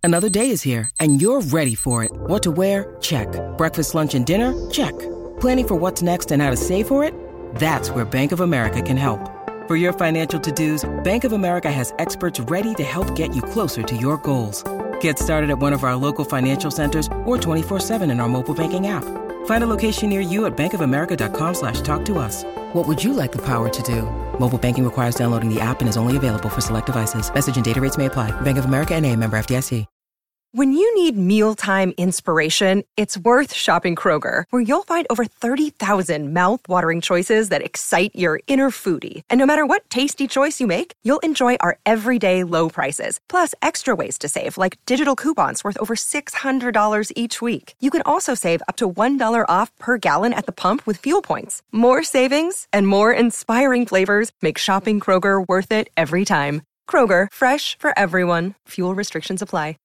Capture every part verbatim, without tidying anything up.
Another day is here, and you're ready for it. What to wear? Check. Breakfast, lunch, and dinner? Check. Planning for what's next and how to save for it? That's where Bank of America can help. For your financial to-dos, Bank of America has experts ready to help get you closer to your goals. Get started at one of our local financial centers or twenty-four seven in our mobile banking app. Find a location near you at bankofamerica.com slash talk to us. What would you like the power to do? Mobile banking requires downloading the app and is only available for select devices. Message and data rates may apply. Bank of America N A, member F D I C. When you need mealtime inspiration, it's worth shopping Kroger, where you'll find over thirty thousand mouth-watering choices that excite your inner foodie. And no matter what tasty choice you make, you'll enjoy our everyday low prices, plus extra ways to save, like digital coupons worth over six hundred dollars each week. You can also save up to one dollar off per gallon at the pump with fuel points. More savings and more inspiring flavors make shopping Kroger worth it every time. Kroger, fresh for everyone. Fuel restrictions apply.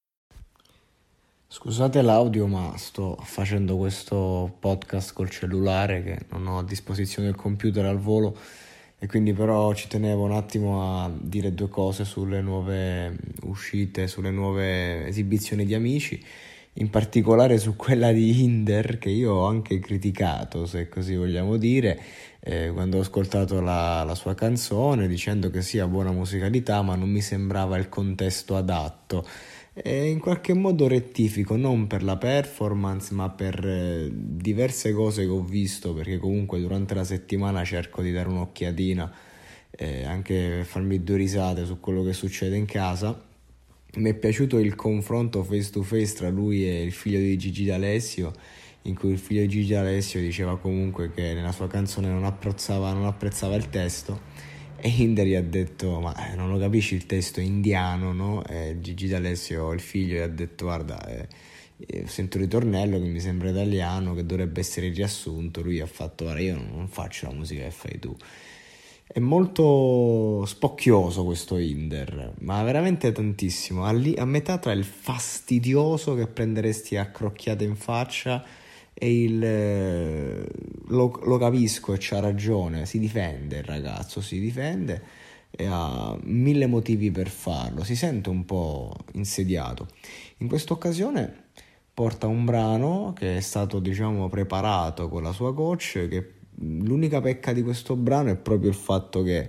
Scusate l'audio, ma sto facendo questo podcast col cellulare che non ho a disposizione il computer al volo, e quindi però ci tenevo un attimo a dire due cose sulle nuove uscite, sulle nuove esibizioni di Amici, in particolare su quella di Hinder, che io ho anche criticato, se così vogliamo dire, eh, quando ho ascoltato la, la sua canzone, dicendo che sia buona musicalità, ma non mi sembrava il contesto adatto. E in qualche modo rettifico, non per la performance, ma per eh, diverse cose che ho visto, perché comunque durante la settimana cerco di dare un'occhiatina, eh, anche per farmi due risate su quello che succede in casa. Mi è piaciuto il confronto face to face tra lui e il figlio di Gigi D'Alessio, in cui il figlio di Gigi D'Alessio diceva comunque che nella sua canzone non apprezzava, non apprezzava il testo, e Hinder gli ha detto: ma eh, non lo capisci, il testo è indiano, no? E Gigi D'Alessio, il figlio, gli ha detto: guarda, eh, eh, sento il ritornello che mi sembra italiano, che dovrebbe essere il riassunto. Lui ha fatto: guarda, io non faccio la musica che fai tu. È molto spocchioso questo Hinder, ma veramente tantissimo, a, lì, a metà tra il fastidioso che prenderesti a crocchiate in faccia e il eh, lo, lo capisco e c'ha ragione, si difende il ragazzo, si difende e ha mille motivi per farlo, si sente un po' insediato. In questa occasione porta un brano che è stato, diciamo, preparato con la sua coach, che l'unica pecca di questo brano è proprio il fatto che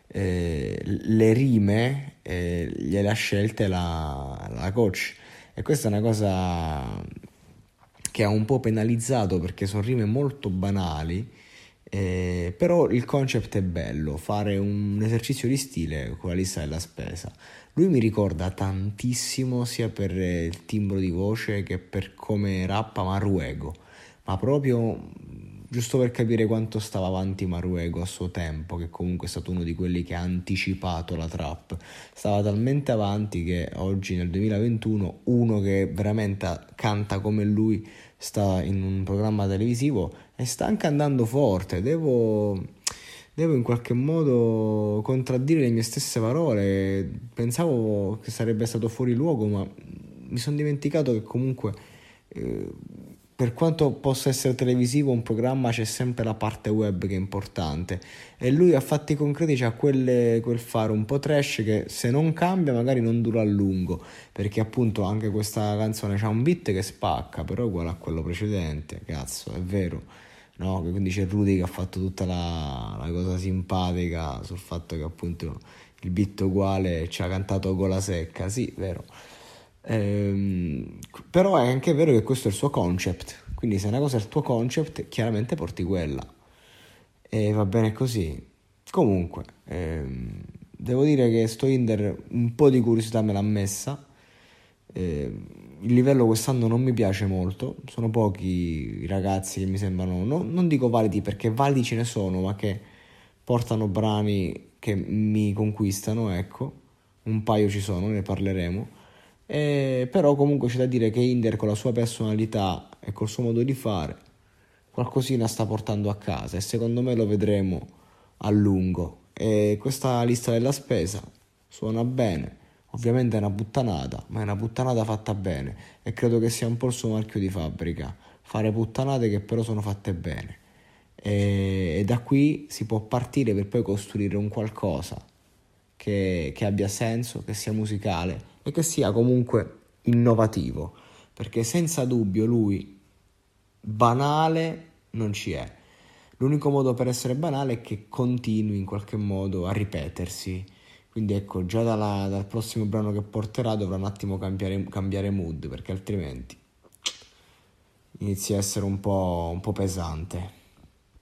eh, le rime eh, gliele ha scelte la, la coach, e questa è una cosa che ha un po' penalizzato, perché sono rime molto banali, eh, però il concept è bello, fare un esercizio di stile con la lista della spesa. Lui mi ricorda tantissimo, sia per il timbro di voce che per come rappa, Maruego, ma proprio giusto per capire quanto stava avanti Maruego a suo tempo, che comunque è stato uno di quelli che ha anticipato la trap. Stava talmente avanti che oggi nel duemilaventuno uno che veramente canta come lui sta in un programma televisivo e sta anche andando forte. Devo, devo in qualche modo contraddire le mie stesse parole. Pensavo che sarebbe stato fuori luogo, ma mi sono dimenticato che comunque eh, per quanto possa essere televisivo un programma, c'è sempre la parte web che è importante, e lui a fatti concreti c'ha quelle, quel fare un po' trash che se non cambia magari non dura a lungo, perché appunto anche questa canzone c'ha un beat che spacca, però è uguale a quello precedente, cazzo, è vero, no? Quindi c'è Rudy che ha fatto tutta la, la cosa simpatica sul fatto che appunto il beat è uguale, ci ha cantato gola secca, sì, vero. Ehm, però è anche vero che questo è il suo concept, quindi se una cosa è il tuo concept, chiaramente porti quella, e va bene così. Comunque ehm, devo dire che sto Hinder un po' di curiosità me l'ha messa. Ehm, il livello quest'anno non mi piace molto, sono pochi i ragazzi che mi sembrano, no, non dico validi, perché validi ce ne sono, ma che portano brani che mi conquistano, ecco, un paio ci sono, ne parleremo. Eh, però comunque c'è da dire che Hinder con la sua personalità e col suo modo di fare qualcosina sta portando a casa, e secondo me lo vedremo a lungo. E questa lista della spesa suona bene, ovviamente è una puttanata, ma è una puttanata fatta bene, e credo che sia un po' il suo marchio di fabbrica, fare puttanate che però sono fatte bene, e, e da qui si può partire per poi costruire un qualcosa che, che abbia senso, che sia musicale e che sia comunque innovativo, perché senza dubbio lui banale non ci è. L'unico modo per essere banale è che continui in qualche modo a ripetersi. Quindi ecco, già dalla, dal prossimo brano che porterà dovrà un attimo cambiare, cambiare mood, perché altrimenti inizia a essere un po', un po' pesante.